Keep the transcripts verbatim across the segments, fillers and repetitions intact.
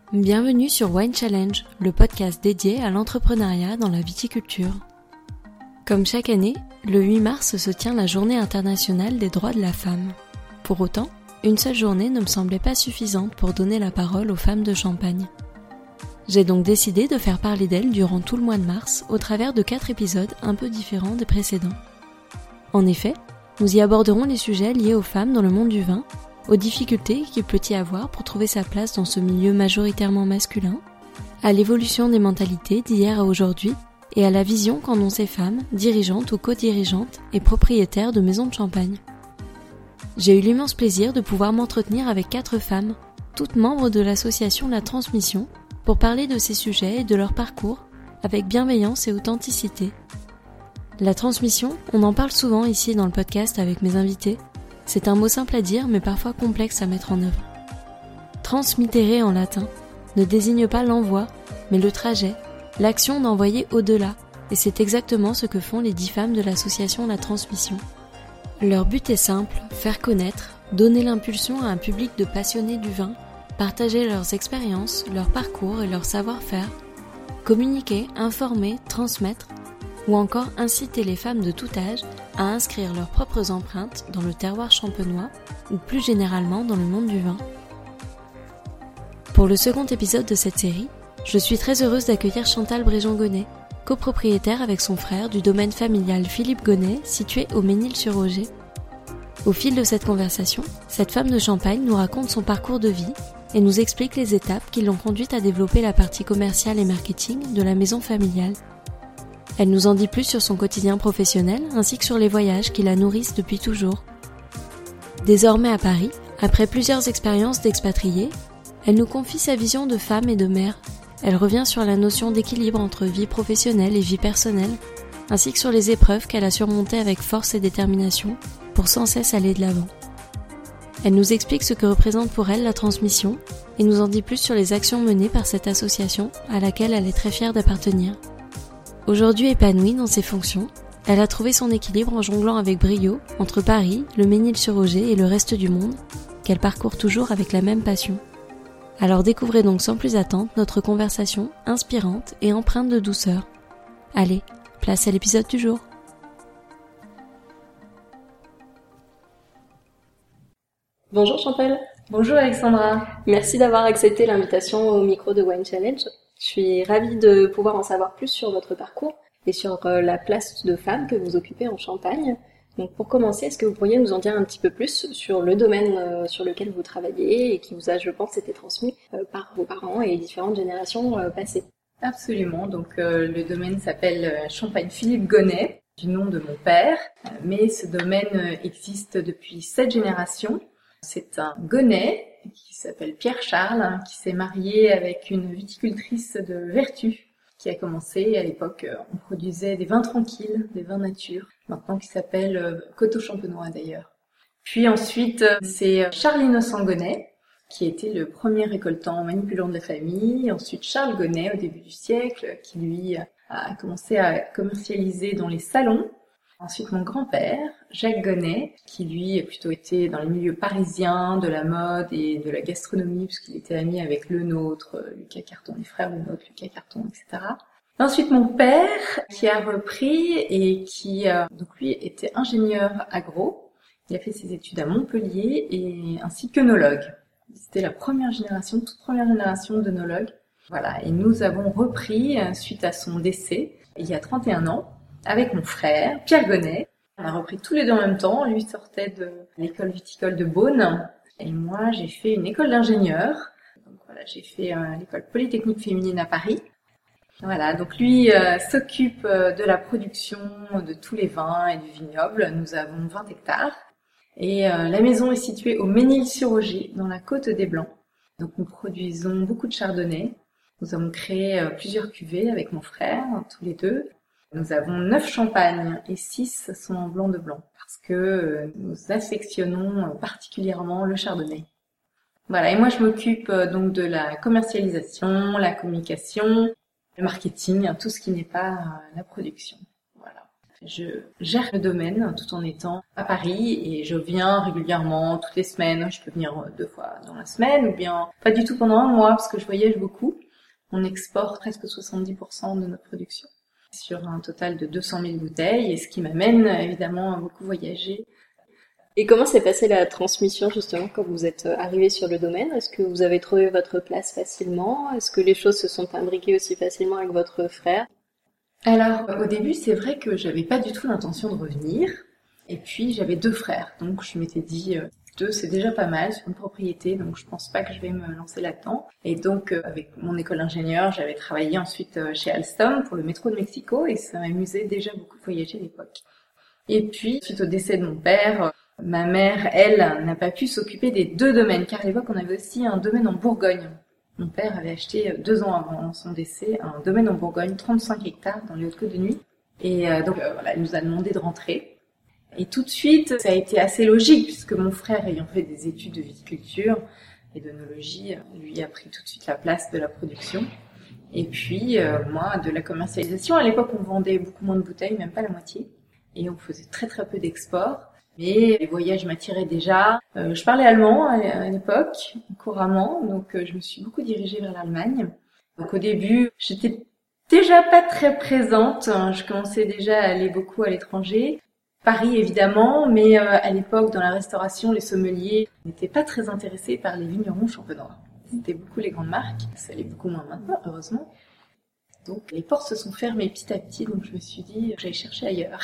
Bienvenue sur Wine Challenge, le podcast dédié à l'entrepreneuriat dans la viticulture. Comme chaque année, le huit mars se tient la Journée internationale des droits de la femme. Pour autant, une seule journée ne me semblait pas suffisante pour donner la parole aux femmes de Champagne. J'ai donc décidé de faire parler d'elles durant tout le mois de mars au travers de quatre épisodes un peu différents des précédents. En effet, nous y aborderons les sujets liés aux femmes dans le monde du vin, aux difficultés qu'il peut y avoir pour trouver sa place dans ce milieu majoritairement masculin, à l'évolution des mentalités d'hier à aujourd'hui et à la vision qu'en ont ces femmes, dirigeantes ou co-dirigeantes et propriétaires de maisons de champagne. J'ai eu l'immense plaisir de pouvoir m'entretenir avec quatre femmes, toutes membres de l'association La Transmission, pour parler de ces sujets et de leur parcours avec bienveillance et authenticité. La transmission, on en parle souvent ici dans le podcast avec mes invités. C'est un mot simple à dire mais parfois complexe à mettre en œuvre. Transmittere en latin ne désigne pas l'envoi, mais le trajet, l'action d'envoyer au-delà, et c'est exactement ce que font les dix femmes de l'association La Transmission. Leur but est simple, faire connaître, donner l'impulsion à un public de passionnés du vin, partager leurs expériences, leur parcours et leur savoir-faire, communiquer, informer, transmettre, ou encore inciter les femmes de tout âge à inscrire leurs propres empreintes dans le terroir champenois ou plus généralement dans le monde du vin. Pour le second épisode de cette série, je suis très heureuse d'accueillir Chantal Bréjon-Gonnet, copropriétaire avec son frère du domaine familial Philippe Gonnet situé au Ménil-sur-Oger. Au fil de cette conversation, cette femme de Champagne nous raconte son parcours de vie et nous explique les étapes qui l'ont conduite à développer la partie commerciale et marketing de la maison familiale. Elle nous en dit plus sur son quotidien professionnel ainsi que sur les voyages qui la nourrissent depuis toujours. Désormais à Paris, après plusieurs expériences d'expatriée, elle nous confie sa vision de femme et de mère. Elle revient sur la notion d'équilibre entre vie professionnelle et vie personnelle, ainsi que sur les épreuves qu'elle a surmontées avec force et détermination pour sans cesse aller de l'avant. Elle nous explique ce que représente pour elle la transmission et nous en dit plus sur les actions menées par cette association à laquelle elle est très fière d'appartenir. Aujourd'hui épanouie dans ses fonctions, elle a trouvé son équilibre en jonglant avec brio entre Paris, le Ménil-sur-Oger et le reste du monde, qu'elle parcourt toujours avec la même passion. Alors découvrez donc sans plus attendre notre conversation inspirante et empreinte de douceur. Allez, place à l'épisode du jour. Bonjour Chantal. Bonjour Alexandra. Merci d'avoir accepté l'invitation au micro de Wine Challenge. Je suis ravie de pouvoir en savoir plus sur votre parcours et sur la place de femme que vous occupez en Champagne. Donc pour commencer, est-ce que vous pourriez nous en dire un petit peu plus sur le domaine sur lequel vous travaillez et qui vous a, je pense, été transmis par vos parents et différentes générations passées? Absolument. Donc euh, le domaine s'appelle Champagne Philippe Gonnet, du nom de mon père. Mais ce domaine existe depuis sept générations. C'est un Gonnet qui s'appelle Pierre Charles, qui s'est marié avec une viticultrice de Vertus, qui a commencé à l'époque, on produisait des vins tranquilles, des vins nature, maintenant qui s'appelle Coteaux Champenois d'ailleurs. Puis ensuite, c'est Charles Innocent Gonnet, qui était le premier récoltant manipulant de la famille. Ensuite, Charles Gonnet, au début du siècle, qui lui a commencé à commercialiser dans les salons. Ensuite, mon grand-père, Jacques Gonnet, qui lui a plutôt été dans les milieux parisiens, de la mode et de la gastronomie, puisqu'il était ami avec Le Nôtre, Lucas Carton, les frères Le Nôtre, Lucas Carton, et cetera. Ensuite, mon père, qui a repris et qui, euh, donc lui, était ingénieur agro. Il a fait ses études à Montpellier et ainsi qu'œnologue. C'était la première génération, toute première génération d'œnologues. Voilà, et nous avons repris, suite à son décès, il y a trente et un ans, avec mon frère, Pierre Gonnet. On a repris tous les deux en même temps. Lui sortait de l'école viticole de Beaune. Et moi, j'ai fait une école d'ingénieur. Donc voilà, j'ai fait euh, l'école polytechnique féminine à Paris. Voilà, donc lui euh, s'occupe euh, de la production de tous les vins et du vignoble. Nous avons vingt hectares. Et euh, la maison est située au Ménil-sur-Oger, dans la côte des Blancs. Donc nous produisons beaucoup de chardonnay. Nous avons créé euh, plusieurs cuvées avec mon frère, tous les deux. Nous avons neuf champagnes et six sont en blanc de blanc parce que nous affectionnons particulièrement le chardonnay. Voilà, et moi je m'occupe donc de la commercialisation, la communication, le marketing, tout ce qui n'est pas la production. Voilà. Je gère le domaine tout en étant à Paris et je viens régulièrement, toutes les semaines. Je peux venir deux fois dans la semaine ou bien pas du tout pendant un mois parce que je voyage beaucoup. On exporte presque soixante-dix pour cent de notre production sur un total de deux cent mille bouteilles et ce qui m'amène évidemment à beaucoup voyager. Et comment s'est passée la transmission justement quand vous êtes arrivé sur le domaine? Est-ce que vous avez trouvé votre place facilement? Est-ce que les choses se sont imbriquées aussi facilement avec votre frère? Alors, au début, c'est vrai que j'avais pas du tout l'intention de revenir. Et puis, j'avais deux frères. Donc, je m'étais dit, euh, deux, c'est déjà pas mal sur une propriété. Donc, je pense pas que je vais me lancer là-dedans. Et donc, euh, avec mon école d'ingénieur, j'avais travaillé ensuite euh, chez Alstom pour le métro de Mexico. Et ça m'amusait déjà beaucoup de voyager à l'époque. Et puis, suite au décès de mon père, euh, ma mère, elle, n'a pas pu s'occuper des deux domaines. Car à l'époque, on avait aussi un domaine en Bourgogne. Mon père avait acheté deux ans avant son décès un domaine en Bourgogne, trente-cinq hectares dans les Hautes-Côtes de Nuit. Et euh, donc euh, voilà, il nous a demandé de rentrer. Et tout de suite, ça a été assez logique puisque mon frère, ayant fait des études de viticulture et d'œnologie, lui a pris tout de suite la place de la production. Et puis euh, moi, de la commercialisation. À l'époque, on vendait beaucoup moins de bouteilles, même pas la moitié. Et on faisait très très peu d'export. Mais les voyages m'attiraient déjà. Euh, je parlais allemand à l'époque, couramment, donc euh, je me suis beaucoup dirigée vers l'Allemagne. Donc au début, j'étais déjà pas très présente, hein. Je commençais déjà à aller beaucoup à l'étranger. Paris évidemment, mais euh, à l'époque, dans la restauration, les sommeliers n'étaient pas très intéressés par les vignerons champenois. C'était beaucoup les grandes marques, ça l'est beaucoup moins maintenant, heureusement. Donc les portes se sont fermées petit à petit, donc je me suis dit que j'allais chercher ailleurs.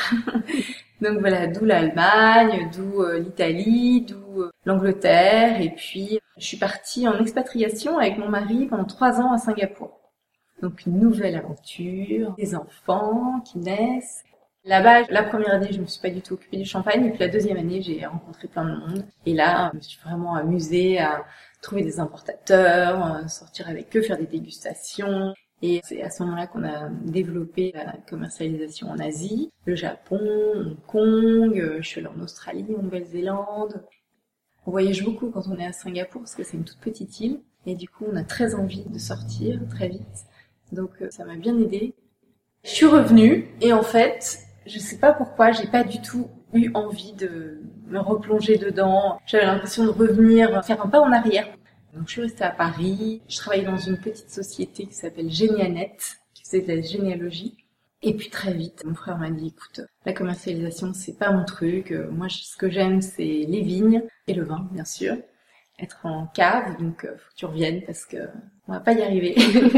Donc voilà, d'où l'Allemagne, d'où euh, l'Italie, d'où euh, l'Angleterre, et puis je suis partie en expatriation avec mon mari pendant trois ans à Singapour. Donc une nouvelle aventure, des enfants qui naissent. Là-bas, la première année, je me suis pas du tout occupée du champagne, et puis la deuxième année, j'ai rencontré plein de monde. Et là, je me suis vraiment amusée à trouver des importateurs, sortir avec eux, faire des dégustations. Et c'est à ce moment-là qu'on a développé la commercialisation en Asie, le Japon, Hong Kong, je suis allée en Australie, en Nouvelle-Zélande. On voyage beaucoup quand on est à Singapour parce que c'est une toute petite île. Et du coup, on a très envie de sortir très vite. Donc ça m'a bien aidée. Je suis revenue et en fait, je sais pas pourquoi, j'ai pas du tout eu envie de me replonger dedans. J'avais l'impression de revenir, faire un pas en arrière. Donc je suis restée à Paris, je travaillais dans une petite société qui s'appelle Génianet, qui faisait de la généalogie. Et puis très vite, mon frère m'a dit, écoute, la commercialisation, c'est pas mon truc. Moi, ce que j'aime, c'est les vignes et le vin, bien sûr. Être en cave, donc faut que tu reviennes parce que on va pas y arriver.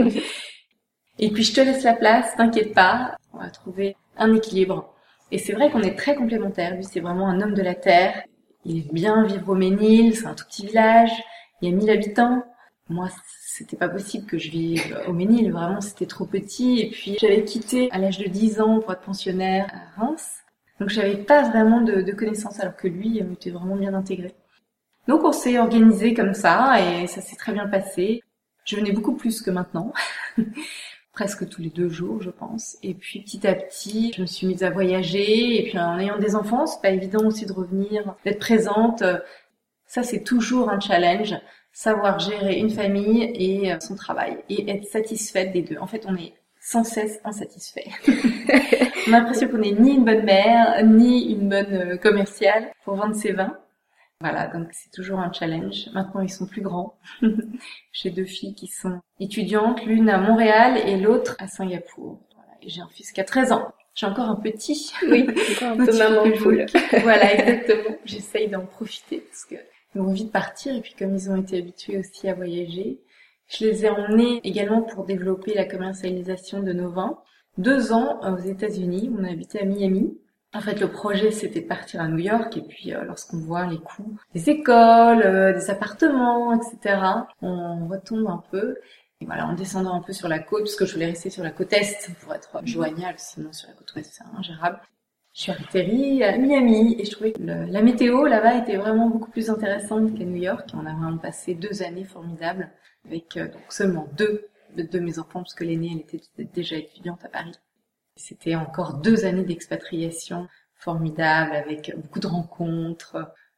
Et puis je te laisse la place, t'inquiète pas, on va trouver un équilibre. Et c'est vrai qu'on est très complémentaires. Lui, c'est vraiment un homme de la terre. Il aime bien vivre au Ménil, c'est un tout petit village. Il y a mille habitants. Moi, c'était pas possible que je vive au Ménil. Vraiment, c'était trop petit. Et puis, j'avais quitté à l'âge de dix ans pour être pensionnaire à Reims. Donc, j'avais pas vraiment de, de connaissances, alors que lui, il m'était vraiment bien intégré. Donc, on s'est organisé comme ça et ça s'est très bien passé. Je venais beaucoup plus que maintenant. Presque tous les deux jours, je pense. Et puis, petit à petit, je me suis mise à voyager. Et puis, en ayant des enfants, c'est pas évident aussi de revenir, d'être présente. Ça, c'est toujours un challenge, savoir gérer une famille et son travail et être satisfaite des deux. En fait, on est sans cesse insatisfait. On a l'impression qu'on n'est ni une bonne mère, ni une bonne commerciale pour vendre ses vins. Voilà, donc c'est toujours un challenge. Maintenant, ils sont plus grands. J'ai deux filles qui sont étudiantes, l'une à Montréal et l'autre à Singapour. Voilà, et j'ai un fils qui a treize ans. J'ai encore un petit. Oui, encore un peu maman poule. Voilà, exactement. J'essaye d'en profiter parce que ils ont envie de partir et puis comme ils ont été habitués aussi à voyager, je les ai emmenés également pour développer la commercialisation de nos vins. Deux ans aux États-Unis, on a habité à Miami. En fait, le projet, c'était de partir à New York et puis euh, lorsqu'on voit les coûts des écoles, euh, des appartements, et cetera, on retombe un peu. Et voilà, en descendant un peu sur la côte, parce que je voulais rester sur la côte est pour être joignable, sinon sur la côte ouest, c'est ingérable. Je suis atterrie à Miami et je trouvais que le, la météo là-bas était vraiment beaucoup plus intéressante qu'à New York. On a vraiment passé deux années formidables avec euh, donc seulement deux de, de mes enfants, parce que l'aînée, elle était déjà étudiante à Paris. C'était encore deux années d'expatriation formidables avec beaucoup de rencontres,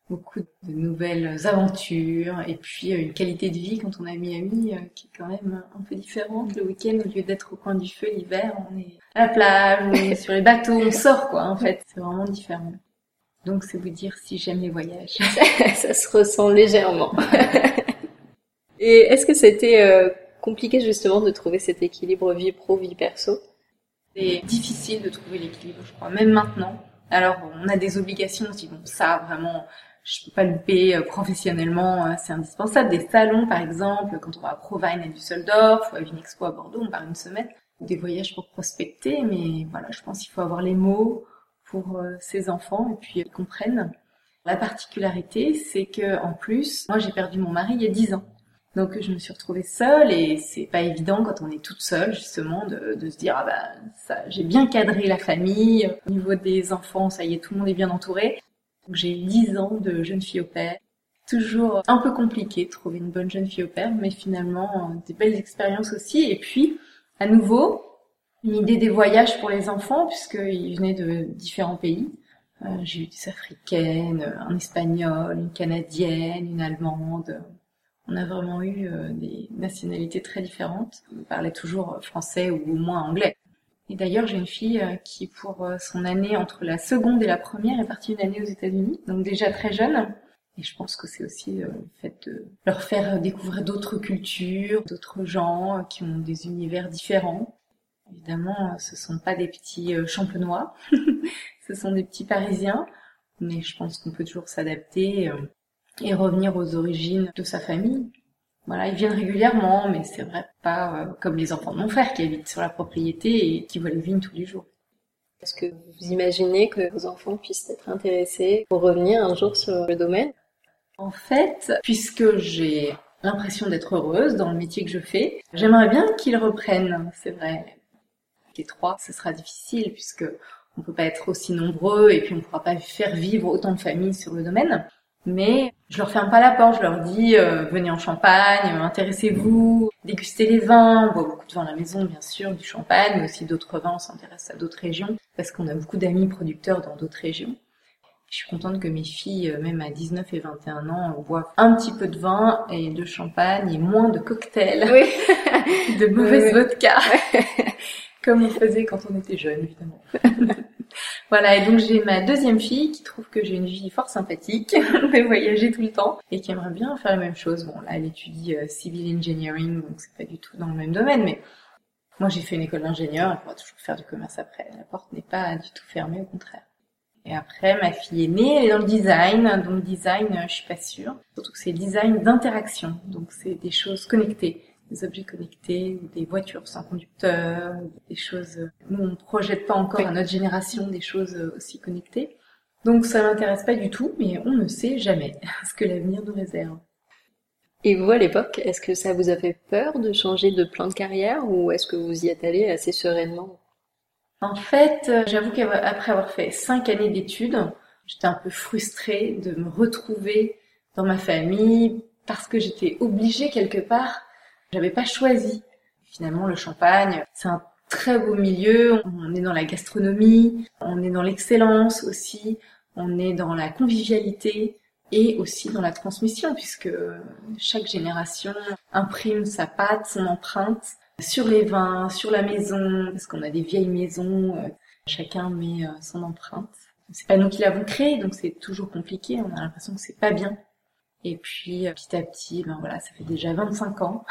beaucoup de nouvelles aventures et puis une qualité de vie quand on est à Miami qui est quand même un peu différente. Le week-end, au lieu d'être au coin du feu l'hiver, on est à la plage, on est sur les bateaux, on sort quoi en fait. C'est vraiment différent. Donc c'est vous dire si j'aime les voyages. Ça se ressent légèrement. Et est-ce que c'était euh, compliqué justement de trouver cet équilibre vie pro, vie perso? C'est difficile de trouver l'équilibre, je crois, même maintenant. Alors on a des obligations aussi, bon ça vraiment... Je peux pas louper euh, professionnellement, euh, c'est indispensable. Des salons, par exemple, quand on va à Provine à Düsseldorf ou à Vinexpo à Bordeaux, on part une semaine. Des voyages pour prospecter, mais voilà, je pense qu'il faut avoir les mots pour euh, ses enfants et puis ils comprennent. La particularité, c'est que en plus, moi j'ai perdu mon mari il y a dix ans. Donc je me suis retrouvée seule et c'est pas évident quand on est toute seule justement de, de se dire ah bah ça, j'ai bien cadré la famille. Au niveau des enfants, ça y est, tout le monde est bien entouré. Donc j'ai eu dix ans de jeune fille au pair. Toujours un peu compliqué de trouver une bonne jeune fille au pair, mais finalement des belles expériences aussi. Et puis, à nouveau, une idée des voyages pour les enfants, puisqu'ils venaient de différents pays. Euh, j'ai eu des Africaines, un Espagnol, une Canadienne, une Allemande. On a vraiment eu euh, des nationalités très différentes. On parlait toujours français ou au moins anglais. Et d'ailleurs, j'ai une fille qui, pour son année entre la seconde et la première, est partie une année aux États-Unis, donc déjà très jeune. Et je pense que c'est aussi le fait de leur faire découvrir d'autres cultures, d'autres gens qui ont des univers différents. Évidemment, ce sont pas des petits champenois, ce sont des petits Parisiens, mais je pense qu'on peut toujours s'adapter et revenir aux origines de sa famille. Voilà, ils viennent régulièrement, mais c'est vrai pas euh, comme les enfants de mon frère qui habitent sur la propriété et qui voient les vignes tous les jours. Est-ce que vous imaginez que vos enfants puissent être intéressés pour revenir un jour sur le domaine? En fait, puisque j'ai l'impression d'être heureuse dans le métier que je fais, j'aimerais bien qu'ils reprennent, c'est vrai. Les trois, ce sera difficile puisque on peut pas être aussi nombreux et puis on pourra pas faire vivre autant de familles sur le domaine. Mais je leur ferme pas la porte, je leur dis euh, venez en Champagne, euh, intéressez-vous, dégustez les vins, on boit beaucoup de vin à la maison bien sûr, du champagne, mais aussi d'autres vins, on s'intéresse à d'autres régions, parce qu'on a beaucoup d'amis producteurs dans d'autres régions. Je suis contente que mes filles, même à dix-neuf et vingt et un ans, boivent un petit peu de vin et de champagne et moins de cocktails, oui. de mauvaises oui, oui. vodka, comme on faisait quand on était jeune évidemment. Voilà, et donc j'ai ma deuxième fille qui trouve que j'ai une vie fort sympathique, de voyager tout le temps, et qui aimerait bien faire la même chose. Bon, là, elle étudie euh, civil engineering, donc c'est pas du tout dans le même domaine, mais moi j'ai fait une école d'ingénieur, elle pourra toujours faire du commerce après. La porte n'est pas du tout fermée, au contraire. Et après, ma fille est née, elle est dans le design, donc design, je suis pas sûre. Surtout que c'est design d'interaction, donc c'est des choses connectées. Des objets connectés, des voitures sans conducteur, des choses... Nous, on ne projette pas encore à notre génération des choses aussi connectées. Donc ça m'intéresse pas du tout, mais on ne sait jamais ce que l'avenir nous réserve. Et vous, à l'époque, est-ce que ça vous a fait peur de changer de plan de carrière ou est-ce que vous y êtes allé assez sereinement? En fait, j'avoue qu'après avoir fait cinq années d'études, j'étais un peu frustrée de me retrouver dans ma famille parce que j'étais obligée quelque part. J'avais pas choisi. Finalement, le Champagne, c'est un très beau milieu. On est dans la gastronomie, on est dans l'excellence aussi, on est dans la convivialité et aussi dans la transmission puisque chaque génération imprime sa patte, son empreinte sur les vins, sur la maison, parce qu'on a des vieilles maisons, chacun met son empreinte. C'est pas nous qui l'avons créé, donc c'est toujours compliqué, on a l'impression que c'est pas bien. Et puis, petit à petit, ben voilà, ça fait déjà vingt-cinq ans.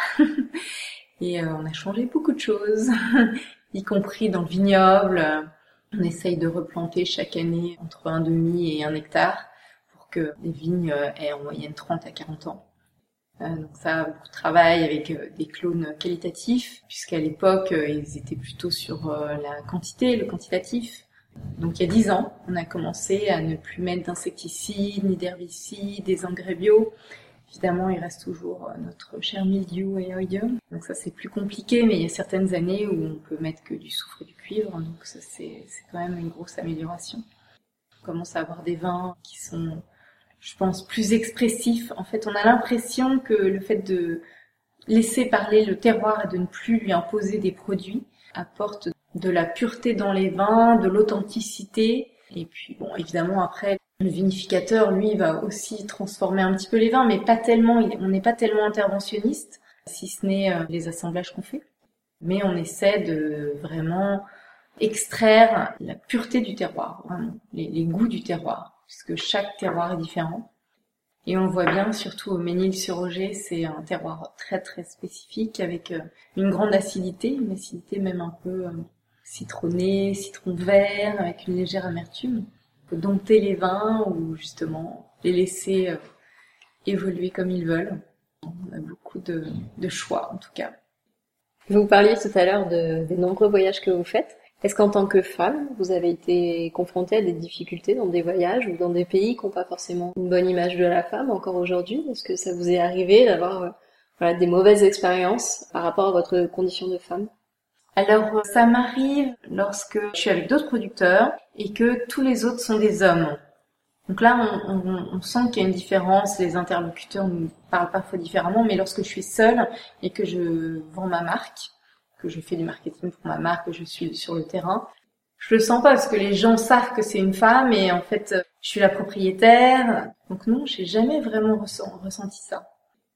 Et euh, on a changé beaucoup de choses, y compris dans le vignoble. On essaye de replanter chaque année entre un demi et un hectare pour que les vignes aient en moyenne trente à quarante ans. Euh, donc ça, beaucoup de travail avec euh, des clones qualitatifs, puisqu'à l'époque, euh, ils étaient plutôt sur euh, la quantité, le quantitatif. Donc il y a dix ans, on a commencé à ne plus mettre d'insecticides, ni d'herbicides, des engrais bio. Évidemment, il reste toujours notre cher mildiou et oïdium. Donc ça, c'est plus compliqué, mais il y a certaines années où on peut mettre que du soufre et du cuivre. Donc ça, c'est, c'est quand même une grosse amélioration. On commence à avoir des vins qui sont, je pense, plus expressifs. En fait, on a l'impression que le fait de laisser parler le terroir et de ne plus lui imposer des produits apporte de la pureté dans les vins, de l'authenticité. Et puis, bon, évidemment, après, Le vinificateur, lui, va aussi transformer un petit peu les vins, mais pas tellement, on n'est pas tellement interventionniste, si ce n'est euh, les assemblages qu'on fait. Mais on essaie de vraiment extraire la pureté du terroir, vraiment, les, les goûts du terroir, puisque chaque terroir est différent. Et on le voit bien, surtout au Mesnil-sur-Oger, c'est un terroir très très spécifique, avec euh, une grande acidité, une acidité même un peu euh, citronnée, citron vert, avec une légère amertume. On peut dompter les vins ou justement les laisser euh, évoluer comme ils veulent. On a beaucoup de, de choix en tout cas. Vous parliez tout à l'heure de, des nombreux voyages que vous faites. Est-ce qu'en tant que femme, vous avez été confrontée à des difficultés dans des voyages ou dans des pays qui n'ont pas forcément une bonne image de la femme encore aujourd'hui? Est-ce que ça vous est arrivé d'avoir euh, voilà, des mauvaises expériences par rapport à votre condition de femme? Alors, ça m'arrive lorsque je suis avec d'autres producteurs et que tous les autres sont des hommes. Donc là, on, on, on sent qu'il y a une différence, les interlocuteurs nous parlent parfois différemment, mais lorsque je suis seule et que je vends ma marque, que je fais du marketing pour ma marque, que je suis sur le terrain, je le sens pas parce que les gens savent que c'est une femme et en fait, je suis la propriétaire. Donc non, j'ai jamais vraiment ressent, ressenti ça.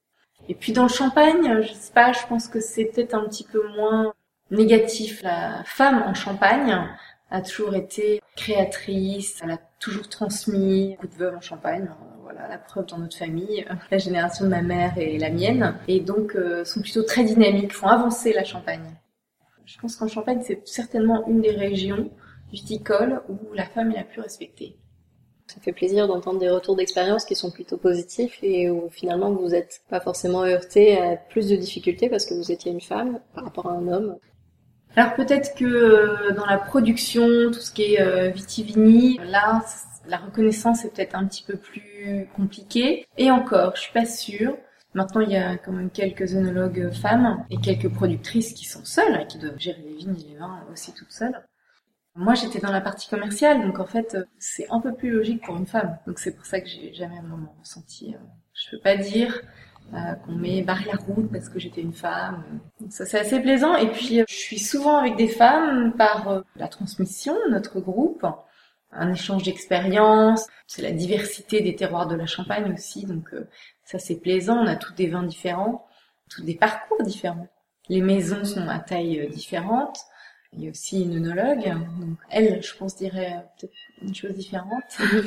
Et puis dans le Champagne, je sais pas, je pense que c'est peut-être un petit peu moins négatif. La femme en Champagne a toujours été créatrice, elle a toujours transmis beaucoup de veuves en Champagne. Voilà, la preuve dans notre famille, la génération de ma mère et la mienne, et donc euh, sont plutôt très dynamiques, font avancer la Champagne. Je pense qu'en Champagne, c'est certainement une des régions viticoles où la femme est la plus respectée. Ça fait plaisir d'entendre des retours d'expérience qui sont plutôt positifs et où finalement vous n'êtes pas forcément heurté à plus de difficultés parce que vous étiez une femme par rapport à un homme. Alors peut-être que euh, dans la production, tout ce qui est euh, vitivini, là, la reconnaissance est peut-être un petit peu plus compliquée. Et encore, je suis pas sûre. Maintenant, il y a quand même quelques œnologues femmes et quelques productrices qui sont seules, hein, qui doivent gérer les vignes et les vins aussi toutes seules. Moi, j'étais dans la partie commerciale, donc en fait, c'est un peu plus logique pour une femme. Donc c'est pour ça que j'ai jamais vraiment ressenti. Euh, je peux pas dire euh, qu'on m'ait barré la route parce que j'étais une femme. Donc ça, c'est assez plaisant. Et puis, euh, je suis souvent avec des femmes par euh, la transmission, notre groupe, un échange d'expériences. C'est la diversité des terroirs de la Champagne aussi, donc euh, ça c'est plaisant. On a tous des vins différents, tous des parcours différents. Les maisons sont à taille différente. Il y a aussi une œnologue, donc elle, je pense, dirait peut-être une chose différente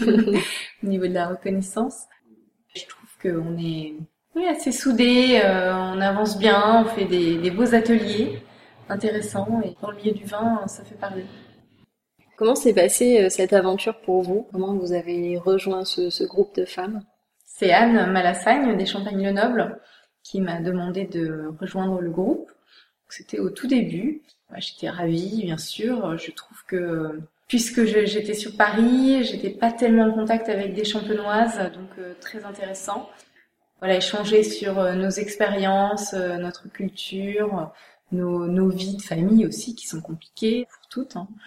au niveau de la reconnaissance. Je trouve qu'on est oui, assez soudés, euh, on avance bien, on fait des, des beaux ateliers intéressants et dans le milieu du vin, ça fait parler. Comment s'est passée cette aventure pour vous? Comment vous avez rejoint ce, ce groupe de femmes? C'est Anne Malassagne des Champagnes-le-Noble qui m'a demandé de rejoindre le groupe. C'était au tout début. J'étais ravie, bien sûr. Je trouve que puisque je, j'étais sur Paris, j'étais pas tellement en contact avec des champenoises, donc euh, très intéressant. Voilà, échanger sur euh, nos expériences, euh, notre culture, nos, nos vies de famille aussi qui sont compliquées pour toutes. Hein.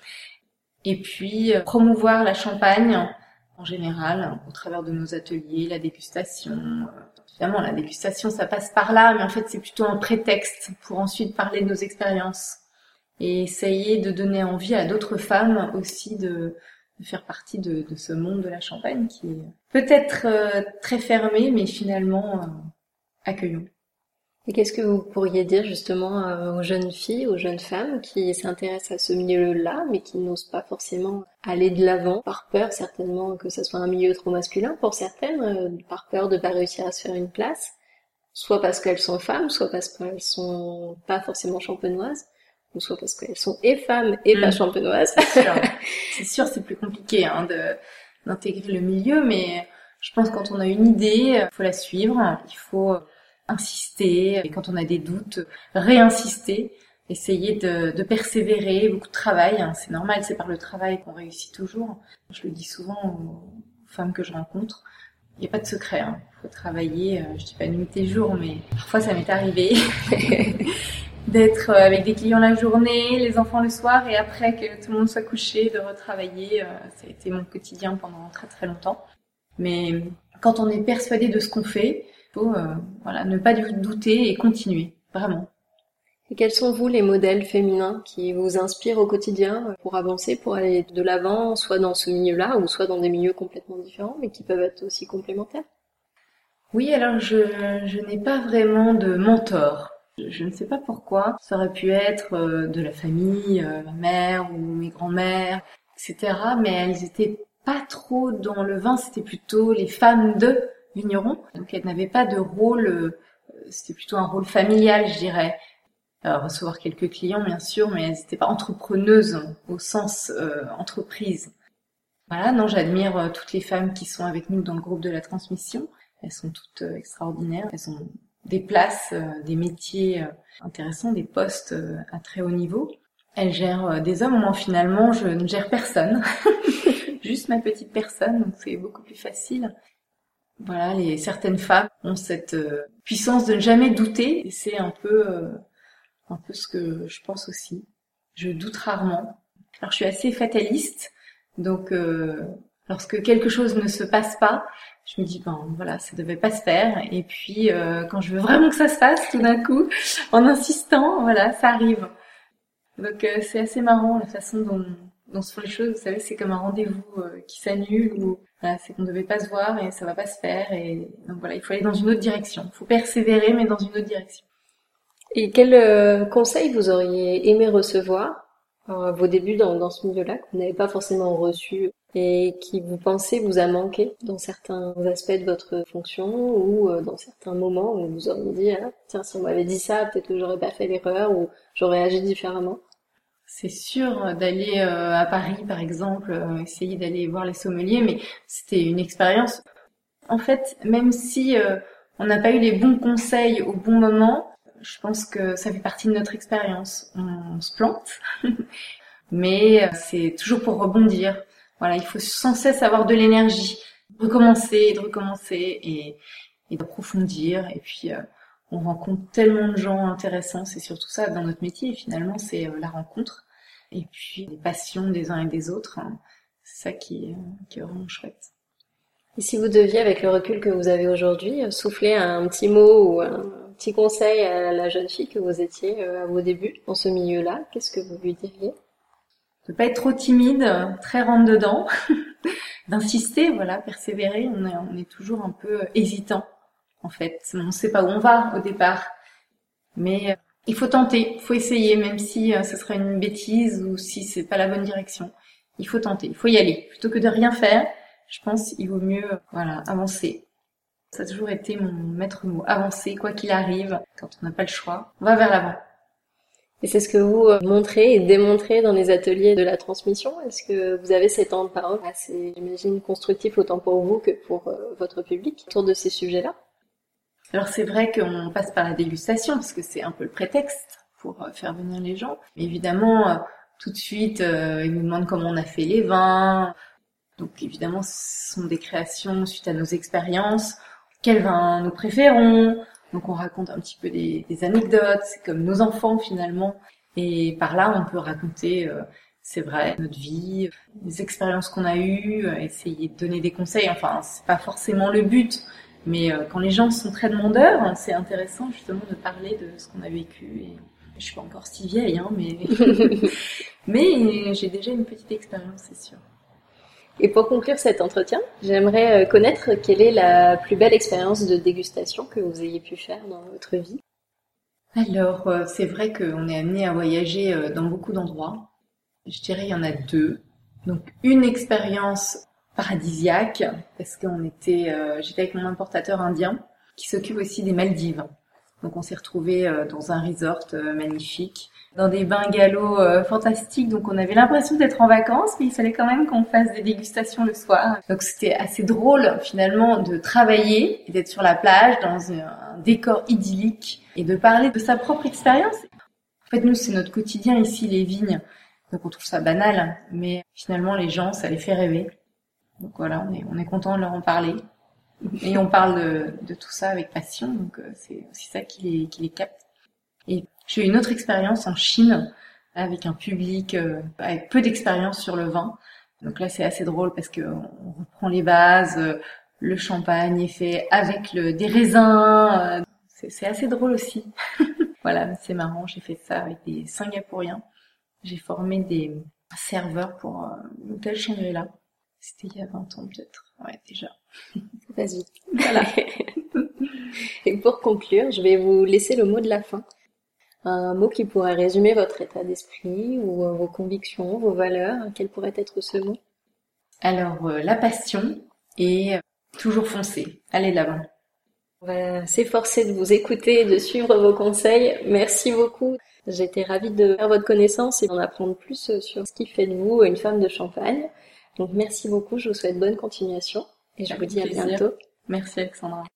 Et puis euh, promouvoir la Champagne en général au travers de nos ateliers, la dégustation. Euh, Évidemment, la dégustation, ça passe par là, mais en fait, c'est plutôt un prétexte pour ensuite parler de nos expériences et essayer de donner envie à d'autres femmes aussi de, de faire partie de, de ce monde de la Champagne qui est peut-être euh, très fermé, mais finalement euh, accueillant. Et qu'est-ce que vous pourriez dire justement aux jeunes filles, aux jeunes femmes qui s'intéressent à ce milieu-là, mais qui n'osent pas forcément aller de l'avant, par peur certainement que ça soit un milieu trop masculin pour certaines, par peur de pas réussir à se faire une place, soit parce qu'elles sont femmes, soit parce qu'elles sont pas forcément champenoises, ou soit parce qu'elles sont et femmes et mmh. pas champenoises. C'est sûr, c'est sûr, c'est plus compliqué hein, de, d'intégrer le milieu, mais je pense que quand on a une idée, il faut la suivre, il faut insister, et quand on a des doutes, réinsister, essayer de, de persévérer, beaucoup de travail, hein, c'est normal, c'est par le travail qu'on réussit toujours. Je le dis souvent aux femmes que je rencontre, il n'y a pas de secret, hein. Il faut travailler, euh, je dis pas nuit et jour, mais parfois ça m'est arrivé d'être avec des clients la journée, les enfants le soir, et après que tout le monde soit couché, de retravailler, euh, ça a été mon quotidien pendant très très longtemps. Mais quand on est persuadé de ce qu'on fait, il faut euh, voilà, ne pas douter et continuer, vraiment. Et quels sont, vous, les modèles féminins qui vous inspirent au quotidien pour avancer, pour aller de l'avant, soit dans ce milieu-là, ou soit dans des milieux complètement différents, mais qui peuvent être aussi complémentaires? Oui, alors je, je n'ai pas vraiment de mentor. Je, je ne sais pas pourquoi. Ça aurait pu être euh, de la famille, euh, ma mère ou mes grands-mères, et cetera. Mais elles étaient pas trop dans le vin, c'était plutôt les femmes de vignerons. Donc elles n'avaient pas de rôle, euh, c'était plutôt un rôle familial, je dirais. Euh, recevoir quelques clients, bien sûr, mais elles n'étaient pas entrepreneuses au sens euh, entreprise. Voilà, non, j'admire euh, toutes les femmes qui sont avec nous dans le groupe de la transmission. Elles sont toutes euh, extraordinaires. Elles ont des places, euh, des métiers euh, intéressants, des postes euh, à très haut niveau. Elles gèrent euh, des hommes. Moi, finalement, je ne gère personne. Juste ma petite personne, donc c'est beaucoup plus facile. Voilà, les certaines femmes ont cette euh, puissance de ne jamais douter, et c'est un peu... Euh, un peu ce que je pense aussi. Je doute rarement. Alors je suis assez fataliste, donc euh, lorsque quelque chose ne se passe pas, je me dis ben voilà, ça devait pas se faire. Et puis euh, quand je veux vraiment que ça se fasse, tout d'un coup, en insistant, voilà, ça arrive. Donc euh, c'est assez marrant la façon dont, dont se font les choses. Vous savez, c'est comme un rendez-vous euh, qui s'annule ou voilà, c'est qu'on ne devait pas se voir et ça va pas se faire. Et donc voilà, il faut aller dans une autre direction. Il faut persévérer, mais dans une autre direction. Et quel euh, conseil vous auriez aimé recevoir à vos débuts dans, dans ce milieu-là, que vous n'avez pas forcément reçu et qui vous pensez vous a manqué dans certains aspects de votre fonction ou euh, dans certains moments où vous auriez dit ah, tiens, si on m'avait dit ça, peut-être que j'aurais pas fait l'erreur ou j'aurais agi différemment? C'est sûr d'aller euh, à Paris, par exemple, euh, essayer d'aller voir les sommeliers, mais c'était une expérience. En fait, même si euh, on n'a pas eu les bons conseils au bon moment, je pense que ça fait partie de notre expérience. On, on se plante, mais c'est toujours pour rebondir. Voilà, il faut sans cesse avoir de l'énergie, recommencer, de recommencer et, et d'approfondir. Et puis, euh, on rencontre tellement de gens intéressants. C'est surtout ça dans notre métier. Finalement, c'est euh, la rencontre et puis les passions des uns et des autres. Hein. C'est ça qui est, qui est vraiment chouette. Et si vous deviez, avec le recul que vous avez aujourd'hui, souffler un petit mot ou un petit conseil à la jeune fille que vous étiez à vos débuts dans ce milieu-là, qu'est-ce que vous lui diriez? De pas être trop timide, très rentre dedans, d'insister, voilà, persévérer. On est, on est toujours un peu hésitant, en fait. On ne sait pas où on va au départ, mais il faut tenter, il faut essayer, même si ce serait une bêtise ou si c'est pas la bonne direction. Il faut tenter, il faut y aller, plutôt que de rien faire. Je pense qu'il vaut mieux, voilà, avancer. Ça a toujours été mon maître mot, avancer, quoi qu'il arrive, quand on n'a pas le choix, on va vers l'avant. Et c'est ce que vous montrez et démontrez dans les ateliers de la transmission? Est-ce que vous avez ces temps de parole assez, j'imagine, constructifs autant pour vous que pour euh, votre public autour de ces sujets-là? Alors c'est vrai qu'on passe par la dégustation, parce que c'est un peu le prétexte pour faire venir les gens. Mais évidemment, euh, tout de suite, euh, ils nous demandent comment on a fait les vins. Donc évidemment, ce sont des créations suite à nos expériences. Quels vins nous préférons? Donc on raconte un petit peu des, des anecdotes, c'est comme nos enfants finalement. Et par là, on peut raconter, euh, c'est vrai, notre vie, les expériences qu'on a eues, euh, essayer de donner des conseils. Enfin, c'est pas forcément le but, mais euh, quand les gens sont très demandeurs, c'est intéressant justement de parler de ce qu'on a vécu. Et je suis pas encore si vieille, hein, mais mais j'ai déjà une petite expérience, c'est sûr. Et pour conclure cet entretien, j'aimerais connaître quelle est la plus belle expérience de dégustation que vous ayez pu faire dans votre vie. Alors, c'est vrai qu'on est amené à voyager dans beaucoup d'endroits. Je dirais il y en a deux. Donc, une expérience paradisiaque, parce qu'on était, euh, j'étais avec mon importateur indien, qui s'occupe aussi des Maldives. Donc, on s'est retrouvés dans un resort magnifique, dans des bungalows euh, fantastiques, donc on avait l'impression d'être en vacances, mais il fallait quand même qu'on fasse des dégustations le soir. Donc c'était assez drôle finalement de travailler et d'être sur la plage dans un, un décor idyllique et de parler de sa propre expérience. En fait, nous, c'est notre quotidien ici, les vignes, donc on trouve ça banal, mais finalement les gens, ça les fait rêver. Donc voilà, on est, on est content de leur en parler. Et on parle de, de tout ça avec passion, donc euh, c'est aussi ça qui les, qui les capte. Et j'ai eu une autre expérience en Chine avec un public euh, avec peu d'expérience sur le vin. Donc là, c'est assez drôle parce que on reprend les bases, euh, le champagne est fait avec le, des raisins. Euh, c'est, c'est assez drôle aussi. Voilà, c'est marrant, j'ai fait ça avec des Singapouriens. J'ai formé des serveurs pour euh, l'hôtel Shangri-La. C'était il y a vingt ans peut-être, ouais déjà. Vas-y. Voilà. Et pour conclure, je vais vous laisser le mot de la fin. Un mot qui pourrait résumer votre état d'esprit ou euh, vos convictions, vos valeurs. Quel pourrait être ce mot? Alors, euh, la passion et euh, toujours foncer, aller de l'avant. On va s'efforcer de vous écouter et de suivre vos conseils. Merci beaucoup. J'étais ravie de faire votre connaissance et d'en apprendre plus sur ce qui fait de vous une femme de Champagne. Donc merci beaucoup, je vous souhaite bonne continuation et je Avec vous dis plaisir. à bientôt. Merci Alexandra.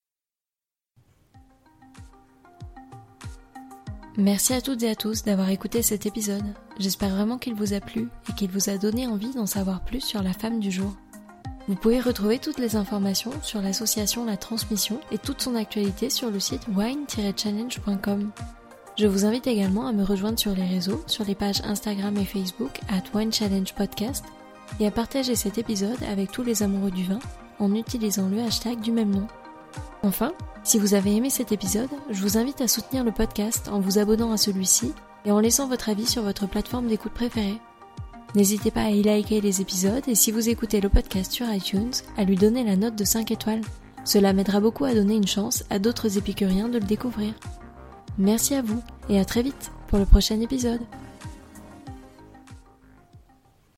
Merci à toutes et à tous d'avoir écouté cet épisode. J'espère vraiment qu'il vous a plu et qu'il vous a donné envie d'en savoir plus sur la femme du jour. Vous pouvez retrouver toutes les informations sur l'association La Transmission et toute son actualité sur le site wine tiret challenge point com. Je vous invite également à me rejoindre sur les réseaux, sur les pages Instagram et Facebook at Wine Challenge Podcast et à partager cet épisode avec tous les amoureux du vin en utilisant le hashtag du même nom. Enfin, si vous avez aimé cet épisode, je vous invite à soutenir le podcast en vous abonnant à celui-ci et en laissant votre avis sur votre plateforme d'écoute préférée. N'hésitez pas à y liker les épisodes et si vous écoutez le podcast sur iTunes, à lui donner la note de cinq étoiles. Cela m'aidera beaucoup à donner une chance à d'autres épicuriens de le découvrir. Merci à vous et à très vite pour le prochain épisode.